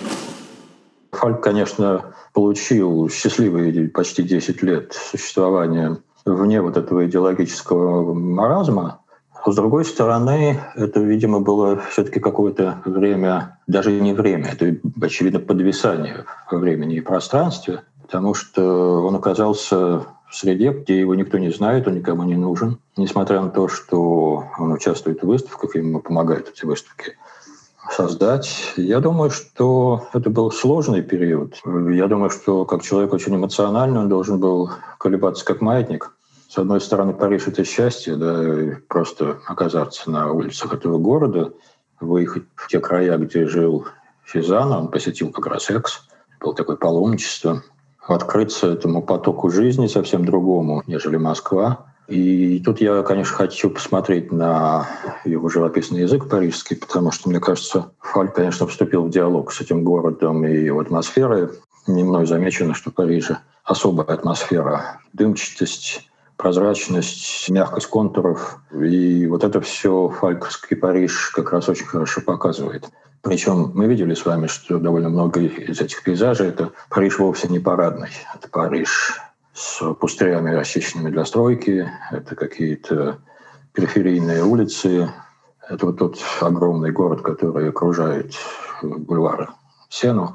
Фальк, конечно, получил счастливые почти 10 лет существования вне вот этого идеологического маразма. С другой стороны, это, видимо, было все-таки какое-то время, даже не время, это, очевидно, подвисание во времени и пространстве, потому что он оказался в среде, где его никто не знает, он никому не нужен. Несмотря на то, что он участвует в выставках, ему помогают эти выставки создать. Я думаю, что это был сложный период. Я думаю, что как человек очень эмоциональный, он должен был колебаться как маятник. С одной стороны, Париж — это счастье, да, просто оказаться на улицах этого города, выехать в те края, где жил Сезанн, он посетил как раз Экс, было такое паломничество, открыться этому потоку жизни совсем другому, нежели Москва. И тут я, конечно, хочу посмотреть на его живописный язык парижский, потому что, мне кажется, Фальк, конечно, вступил в диалог с этим городом и его атмосферой. Не мной замечено, что в Париже особая атмосфера, дымчатость, прозрачность, мягкость контуров. И вот это все фальковский Париж как раз очень хорошо показывает. Причем мы видели с вами, что довольно много из этих пейзажей — это Париж вовсе не парадный. Это Париж с пустырями, расчищенными для стройки. Это какие-то периферийные улицы. Это вот тот огромный город, который окружает бульвар Сену.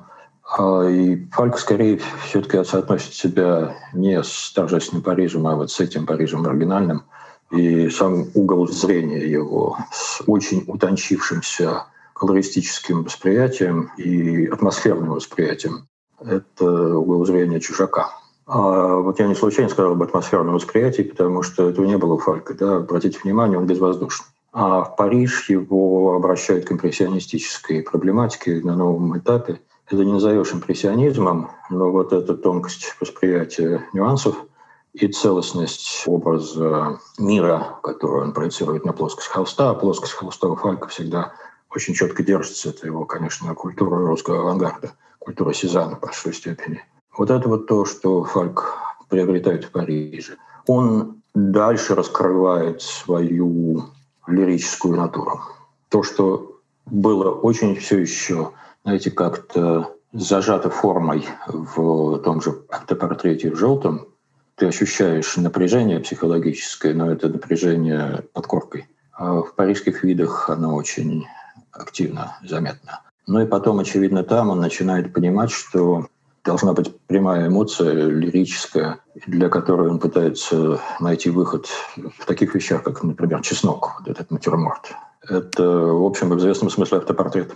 И Фальк скорее все-таки соотносит себя не с торжественным Парижем, а вот с этим Парижем маргинальным. И сам угол зрения его с очень утончившимся колористическим восприятием и атмосферным восприятием — это угол зрения чужака. А вот я не случайно сказал об атмосферном восприятии, потому что этого не было у Фалька. Да? Обратите внимание, он безвоздушный. А в Париж его обращают к импрессионистической проблематике на новом этапе. Это не назовешь импрессионизмом, но вот эта тонкость восприятия нюансов и целостность образа мира, который он проецирует на плоскость холста. А плоскость холста у Фалька всегда очень четко держится. Это его, конечно, культура русского авангарда, культура Сезанна в большой степени. Вот это вот то, что Фальк приобретает в Париже. Он дальше раскрывает свою лирическую натуру. То, что было очень все еще, знаете, как-то зажато формой в том же автопортрете в желтом, ты ощущаешь напряжение психологическое, но это напряжение под коркой. А в парижских видах оно очень активно заметно. Ну и потом, очевидно, там он начинает понимать, что должна быть прямая эмоция, лирическая, для которой он пытается найти выход в таких вещах, как, например, чеснок, вот этот натюрморт. Это, в общем, в известном смысле автопортрет.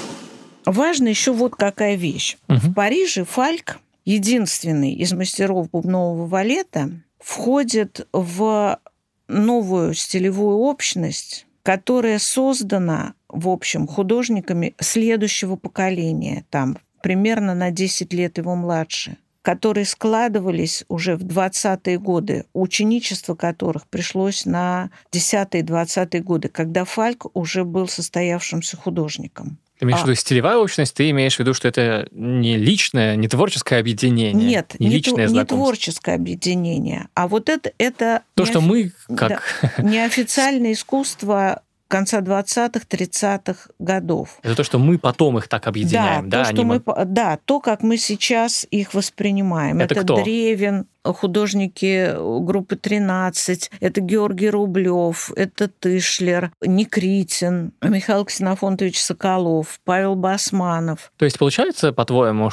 Важно еще вот какая вещь. В Париже Фальк, единственный из мастеров бубнового балета, входит в новую стилевую общность, которая создана, в общем, художниками следующего поколения, там, примерно на 10 лет его младше, которые складывались уже в 20-е годы, ученичество которых пришлось на 10-е, 20-е годы, когда Фальк уже был состоявшимся художником.
Ты имеешь в виду стилевая общность, ты имеешь в виду, что это не личное, не творческое объединение?
Нет, не творческое объединение, а вот это
то, что мы как...
Да, неофициальное искусство конца 20-х, 30-х годов.
Это то, что мы потом их так объединяем, да?
То, как мы сейчас их воспринимаем.
Это кто?
Древин, художники группы 13, это Георгий Рублев, это Тышлер, Никритин, Михаил Ксенофонтович Соколов, Павел Басманов.
То есть получается, по-твоему,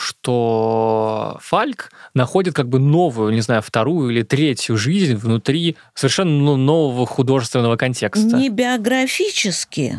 что Фальк находит как бы новую, не знаю, вторую или третью жизнь внутри совершенно нового художественного контекста?
Не биографически,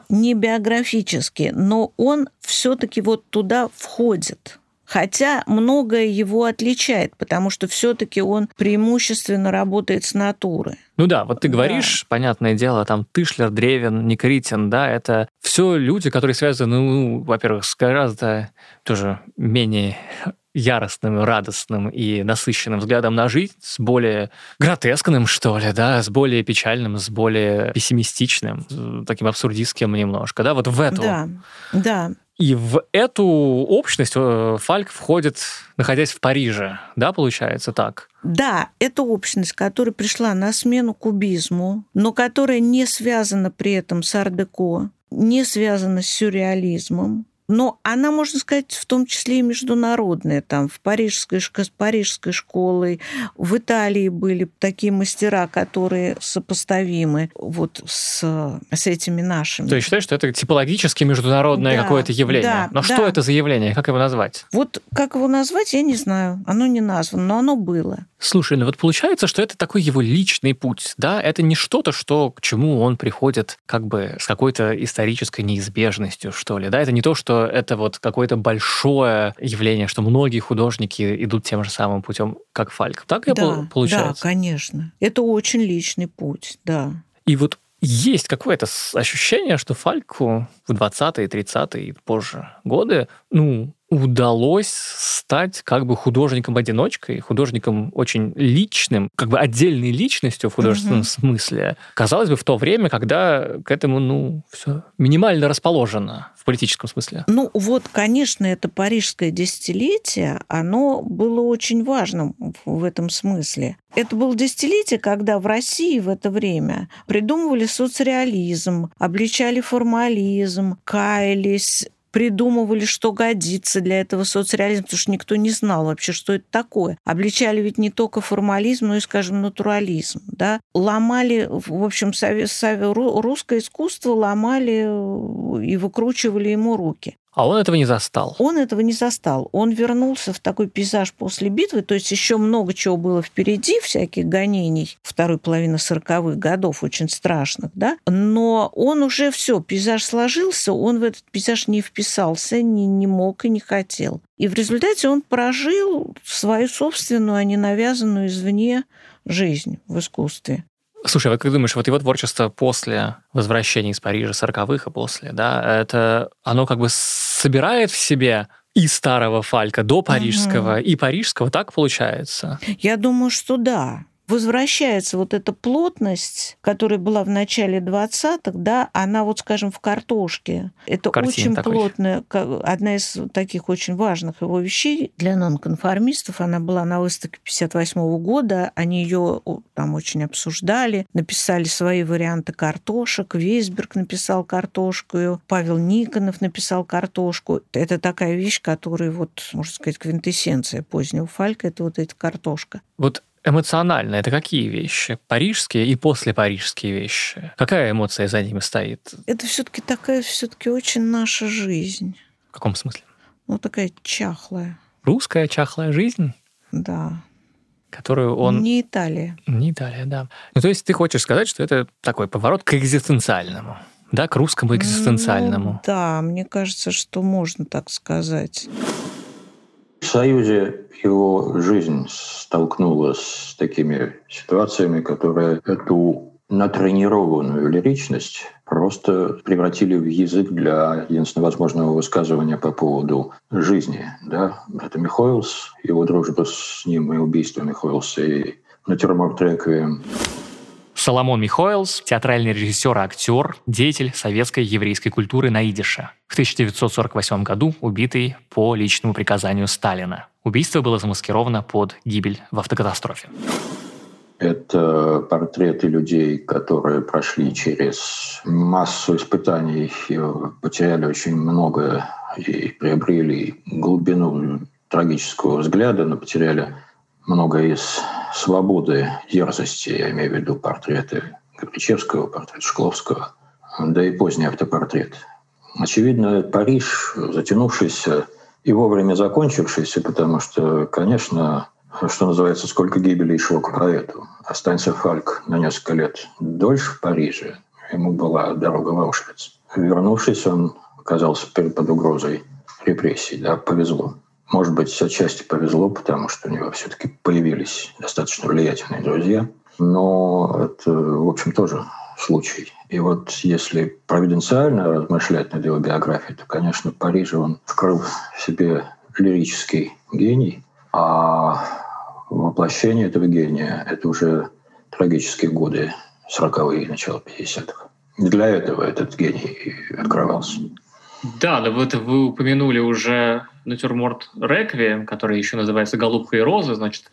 но он все-таки вот туда входит. Хотя многое его отличает, потому что все-таки он преимущественно работает с натуры.
Ну да, вот ты говоришь, понятное дело, там Тышлер, Древин, Никритин, да, это все люди, которые связаны, во-первых, с гораздо тоже менее яростным, радостным и насыщенным взглядом на жизнь, с более гротескным, что ли, да, с более печальным, с более пессимистичным, таким абсурдистским немножко, да, вот в эту.
Да.
И в эту общность Фальк входит, находясь в Париже, да, получается так?
Да, это общность, которая пришла на смену кубизму, но которая не связана при этом с ар-деко, не связана с сюрреализмом. Но она, можно сказать, в том числе и международная. Там с парижской школой, в Италии были такие мастера, которые сопоставимы вот с этими нашими.
То есть считаешь, что это типологически международное какое-то явление?
Да,
но что это за явление? Как его назвать?
Вот как его назвать, я не знаю. Оно не названо, но оно было.
Слушай, ну вот получается, что это такой его личный путь, да? Это не что-то, к чему он приходит как бы с какой-то исторической неизбежностью, что ли, да? Это не то, что это вот какое-то большое явление, что многие художники идут тем же самым путем, как Фальк. Так получается?
Да, конечно. Это очень личный путь, да.
И вот есть какое-то ощущение, что Фальку в 20-е, 30-е и позже годы, удалось стать как бы художником-одиночкой, художником очень личным, как бы отдельной личностью в художественном смысле. Казалось бы, в то время, когда к этому, все минимально расположено в политическом смысле.
Конечно, это парижское десятилетие, оно было очень важным в этом смысле. Это было десятилетие, когда в России в это время придумывали соцреализм, обличали формализм, каялись, придумывали, что годится для этого соцреализма, потому что никто не знал вообще, что это такое. Обличали ведь не только формализм, но и, скажем, натурализм. Да? Ломали, в общем, русское искусство ломали и выкручивали ему руки.
А он этого не застал.
Он этого не застал. Он вернулся в такой пейзаж после битвы, то есть еще много чего было впереди, всяких гонений второй половины 40-х годов, очень страшных, да, но он уже пейзаж сложился, он в этот пейзаж не вписался, не мог и не хотел. И в результате он прожил свою собственную, а не навязанную извне жизнь в искусстве.
Слушай, вот как думаешь, вот его творчество после возвращения из Парижа 40-х и после, да, это оно как бы собирает в себе и старого Фалька до парижского, и парижского, так получается?
Я думаю, что да. Возвращается вот эта плотность, которая была в начале 20-х, да, она скажем, в «Картошке». Это очень плотная, одна из таких очень важных его вещей для нонконформистов. Она была на выставке 1958 года, они ее там очень обсуждали, написали свои варианты «Картошек», Вейсберг написал «Картошку», Павел Никонов написал «Картошку». Это такая вещь, которая, можно сказать, квинтэссенция позднего Фалька, это эта «Картошка».
Эмоционально это какие вещи? Парижские и послепарижские вещи? Какая эмоция за ними стоит?
Это все-таки очень наша жизнь.
В каком смысле?
Такая чахлая.
Русская чахлая жизнь?
Да.
Которую он...
Не Италия.
Не Италия, да. То есть ты хочешь сказать, что это такой поворот к экзистенциальному, да, к русскому экзистенциальному?
Да, мне кажется, что можно так сказать.
В Союзе его жизнь столкнулась с такими ситуациями, которые эту натренированную лиричность просто превратили в язык для единственно возможного высказывания по поводу жизни. Да? Это Михоэлс, его дружба с ним и убийство Михоэлса, и натюрморт «Реквием».
Соломон Михоэлс, театральный режиссер и актер, деятель советской еврейской культуры на идише. В 1948 году убитый по личному приказанию Сталина. Убийство было замаскировано под гибель в автокатастрофе.
Это портреты людей, которые прошли через массу испытаний, и потеряли очень многое и приобрели глубину трагического взгляда, но потеряли много из свободы, дерзости. Я имею в виду портреты Габричевского, портрет Шкловского, да и поздний автопортрет. Очевидно, Париж, затянувшийся и вовремя закончившийся, потому что, конечно, что называется, сколько гибелей шло к поэту. Останься Фальк на несколько лет дольше в Париже, ему была дорога в Аушвиц. Вернувшись, он оказался под угрозой репрессий. Да, повезло. Может быть, отчасти повезло, потому что у него все-таки появились достаточно влиятельные друзья. Но это, в общем, тоже случай. И если провиденциально размышлять над его биографией, то, конечно, в Париже он вскрыл в себе лирический гений, а воплощение этого гения — это уже трагические годы 40-е и начало 50-х. Для этого этот гений открывался.
Да, но вы упомянули уже натюрморт «Реквием», который еще называется «Голубка и роза», значит,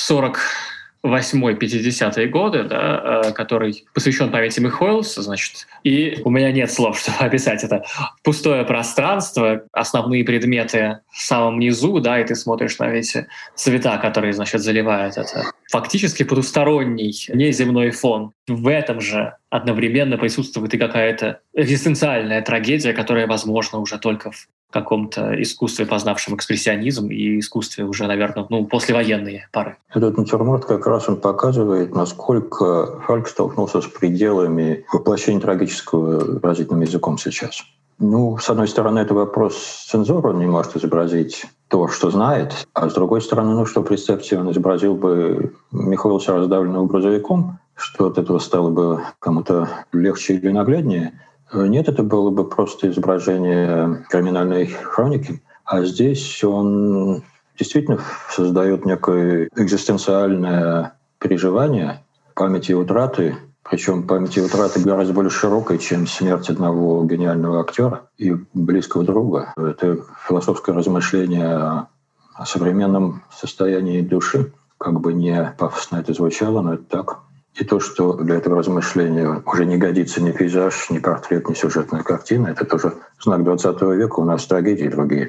48-50-е годы, да, который посвящен памяти Михоэлса, значит. И у меня нет слов, чтобы описать это. Пустое пространство, основные предметы в самом низу, да, и ты смотришь на эти цвета, которые, значит, заливают это. Фактически потусторонний, неземной фон. В этом же одновременно присутствует и какая-то экзистенциальная трагедия, которая возможна уже только в каком-то искусстве, познавшем экспрессионизм, и искусстве уже, наверное, послевоенные поры.
Этот натюрморт как раз он показывает, насколько Фальк столкнулся с пределами воплощения трагического выразительным языком сейчас. С одной стороны, это вопрос цензуры, он не может изобразить то, что знает, а с другой стороны, что, представьте, он изобразил бы Михоэлса раздавленного грузовиком, что от этого стало бы кому-то легче или нагляднее. Нет, это было бы просто изображение криминальной хроники. А здесь он действительно создает некое экзистенциальное переживание памяти и утраты, причем памяти и утраты гораздо более широкой, чем смерть одного гениального актера и близкого друга. Это философское размышление о современном состоянии души. Как бы не пафосно это звучало, но это так. И то, что для этого размышления уже не годится ни пейзаж, ни портрет, ни сюжетная картина, это тоже знак 20 века, у нас трагедии другие.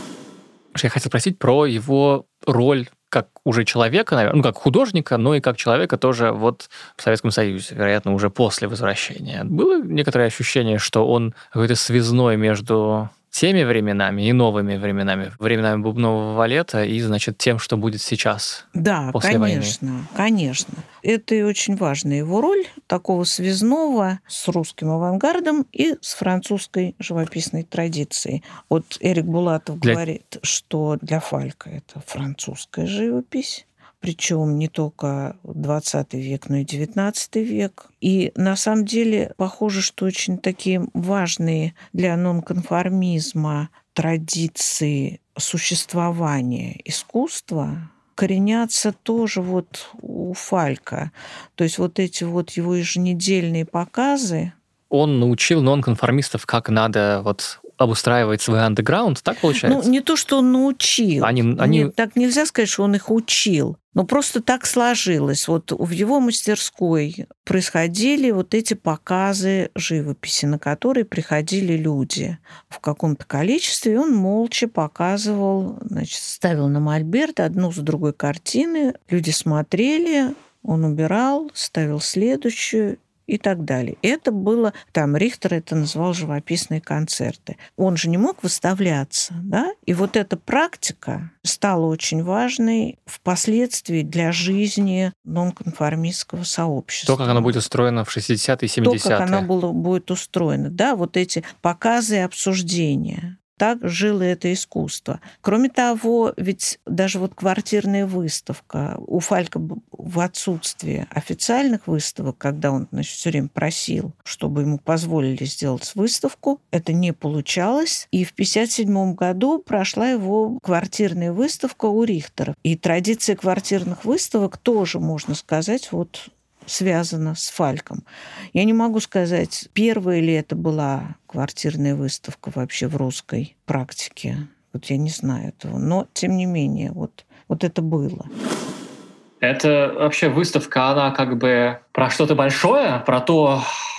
Я хотел спросить про его роль как уже человека, наверное, как художника, но и как человека тоже вот в Советском Союзе, вероятно, уже после возвращения. Было некоторое ощущение, что он какой-то связной между теми временами и новыми временами бубнового валета и, значит, тем, что будет сейчас,
да,
после войны.
Конечно. Это и очень важная его роль, такого связного с русским авангардом и с французской живописной традицией. Вот Эрик Булатов говорит, что для Фалька это французская живопись, причем не только 20 век, но и 19 век. И на самом деле похоже, что очень такие важные для нонконформизма традиции существования искусства коренятся тоже вот у Фалька. То есть вот эти вот его еженедельные показы.
Он научил нонконформистов, как надо вот обустраивать свой андеграунд, так получается?
Ну, не то, что он научил. Так нельзя сказать, что он их учил. Но просто так сложилось. Вот в его мастерской происходили вот эти показы живописи, на которые приходили люди в каком-то количестве, и он молча показывал, значит, ставил на мольберт одну за другой картины, люди смотрели, он убирал, ставил следующую, и так далее. Это было, там Рихтер это называл живописные концерты. Он же не мог выставляться, да? И вот эта практика стала очень важной впоследствии для жизни нонконформистского сообщества.
То, как оно будет устроено в 60-е и 70-е.
То, как оно будет устроено, да, вот эти показы и обсуждения. Так жило это искусство. Кроме того, ведь даже вот квартирная выставка у Фалька в отсутствие официальных выставок, когда он, значит, все время просил, чтобы ему позволили сделать выставку, это не получалось. И в 1957 году прошла его квартирная выставка у Рихтера. И традиция квартирных выставок тоже, можно сказать, вот связано с Фальком. Я не могу сказать, первая ли это была квартирная выставка вообще в русской практике. Вот я не знаю этого. Но, тем не менее, вот это было.
Это вообще выставка, она как бы про что-то большое, про то,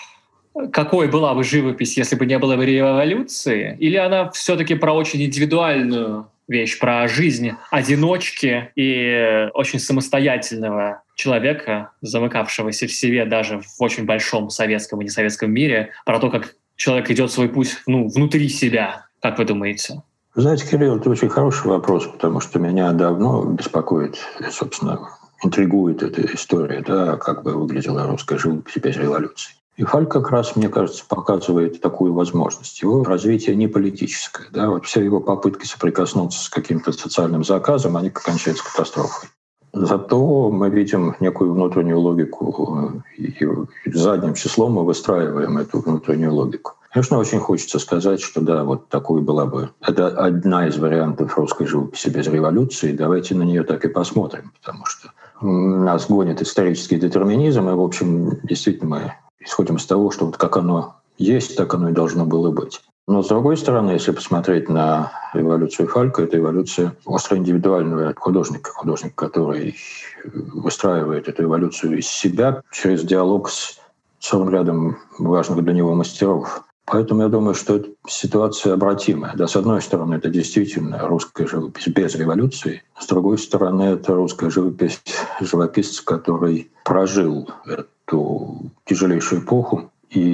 какой была бы живопись, если бы не было бы революции? Или она все-таки про очень индивидуальную вещь, про жизнь одиночки и очень самостоятельного человека, замыкавшегося в себе даже в очень большом советском и несоветском мире, про то, как человек идет свой путь внутри себя? Как вы думаете?
Знаете, Кирилл, это очень хороший вопрос, потому что меня давно беспокоит, собственно, интригует эта история, да, как бы выглядела русская живопись без революции. И Фальк как раз, мне кажется, показывает такую возможность. Его развитие не политическое. Да? Вот все его попытки соприкоснуться с каким-то социальным заказом, они кончаются катастрофой. Зато мы видим некую внутреннюю логику, и задним числом мы выстраиваем эту внутреннюю логику. Конечно, очень хочется сказать, что да, вот такой была бы... Это одна из вариантов русской живописи без революции. Давайте на нее так и посмотрим, потому что нас гонит исторический детерминизм, и, в общем, действительно мы исходим из того, что вот как оно есть, так оно и должно было быть. Но, с другой стороны, если посмотреть на революцию Фалька, это революция остро индивидуального художника, который выстраивает эту эволюцию из себя через диалог с целым рядом важных для него мастеров. Поэтому я думаю, что эта ситуация обратимая. Да, с одной стороны, это действительно русская живопись без революции. С другой стороны, это русская живопись живописца, который прожил эту тяжелейшую эпоху,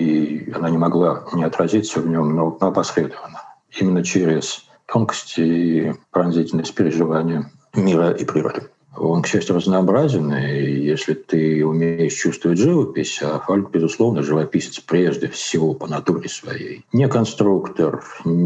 и она не могла не отразиться в нем, но опосредованно. Именно через тонкости и пронзительность переживания мира и природы. Он, к счастью, разнообразен, и если ты умеешь чувствовать живопись, а Фальк, безусловно, живописец прежде всего по натуре своей. Не конструктор,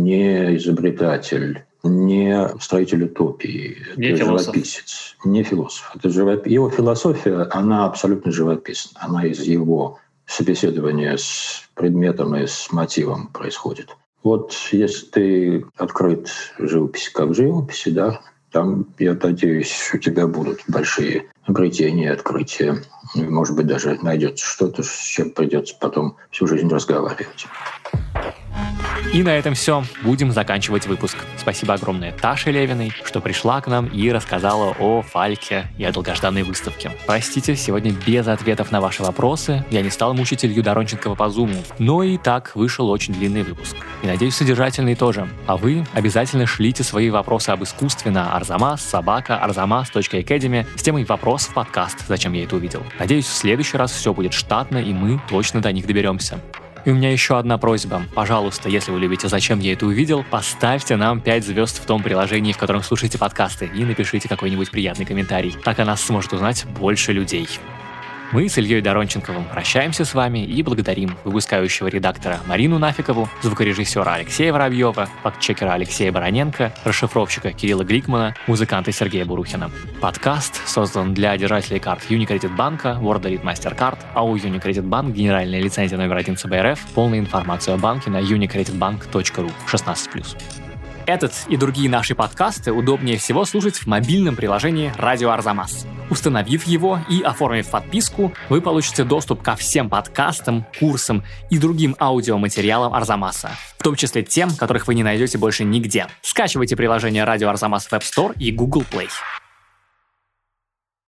не изобретатель, не строитель утопии.
Не
это
философ.
Живописец, не философ. Это Его философия, она абсолютно живописна. Она из его собеседования с предметом и с мотивом происходит. Вот если ты открыт живописи как в живописи, да, там, я надеюсь, у тебя будут большие обретения, открытия. Может быть, даже найдется что-то, с чем придется потом всю жизнь разговаривать.
И на этом все. Будем заканчивать выпуск. Спасибо огромное Таше Левиной, что пришла к нам и рассказала о Фальке и о долгожданной выставке. Простите, сегодня без ответов на ваши вопросы. Я не стал мучить Илью Доронченкова по зуму. Но и так вышел очень длинный выпуск. И, надеюсь, содержательный тоже. А вы обязательно шлите свои вопросы об искусстве на arzamas@arzamas.academy с темой «Вопрос в подкаст. Зачем я это увидел?». Надеюсь, в следующий раз все будет штатно, и мы точно до них доберемся. И у меня еще одна просьба. Пожалуйста, если вы любите «Зачем я это увидел?», поставьте нам 5 звезд в том приложении, в котором слушаете подкасты, и напишите какой-нибудь приятный комментарий. Так о нас сможет узнать больше людей. Мы с Ильей Доронченковым прощаемся с вами и благодарим выпускающего редактора Марину Нафикову, звукорежиссера Алексея Воробьева, фактчекера Алексея Бароненко, расшифровщика Кирилла Гликмана, музыканта Сергея Бурухина. Подкаст создан для держателей карт Unicredit банка, World Elite MasterCard, АО Unicredit Bank, генеральная лицензия номер 1 ЦБ РФ. Полная информация о банке на unicreditbank.ru 16+. Этот и другие наши подкасты удобнее всего слушать в мобильном приложении «Радио Арзамас». Установив его и оформив подписку, вы получите доступ ко всем подкастам, курсам и другим аудиоматериалам Арзамаса, в том числе тем, которых вы не найдете больше нигде. Скачивайте приложение «Радио Арзамас» в App Store и Google Play.